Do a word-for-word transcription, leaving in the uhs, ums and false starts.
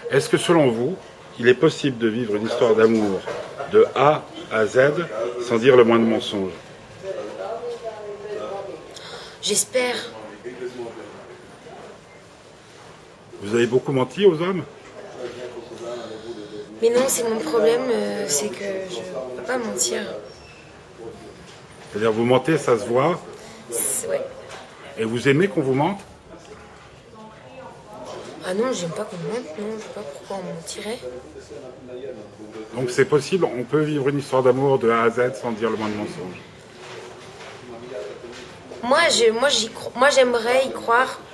Est-ce que selon vous, il est possible de vivre une histoire d'amour de A à Z sans dire le moindre mensonge? J'espère. Vous avez beaucoup menti aux hommes? Mais non, c'est mon problème, euh, c'est que je peux pas mentir. C'est-à-dire vous mentez, ça se voit, C'est- Ouais. et vous aimez qu'on vous mente? Ah non, j'aime pas qu'on me mente, non, je sais pas pourquoi on mentirait. Donc c'est possible, on peut vivre une histoire d'amour de A à Z sans dire le moindre mensonge. Moi, je, moi, j'y cro- moi, j'aimerais y croire,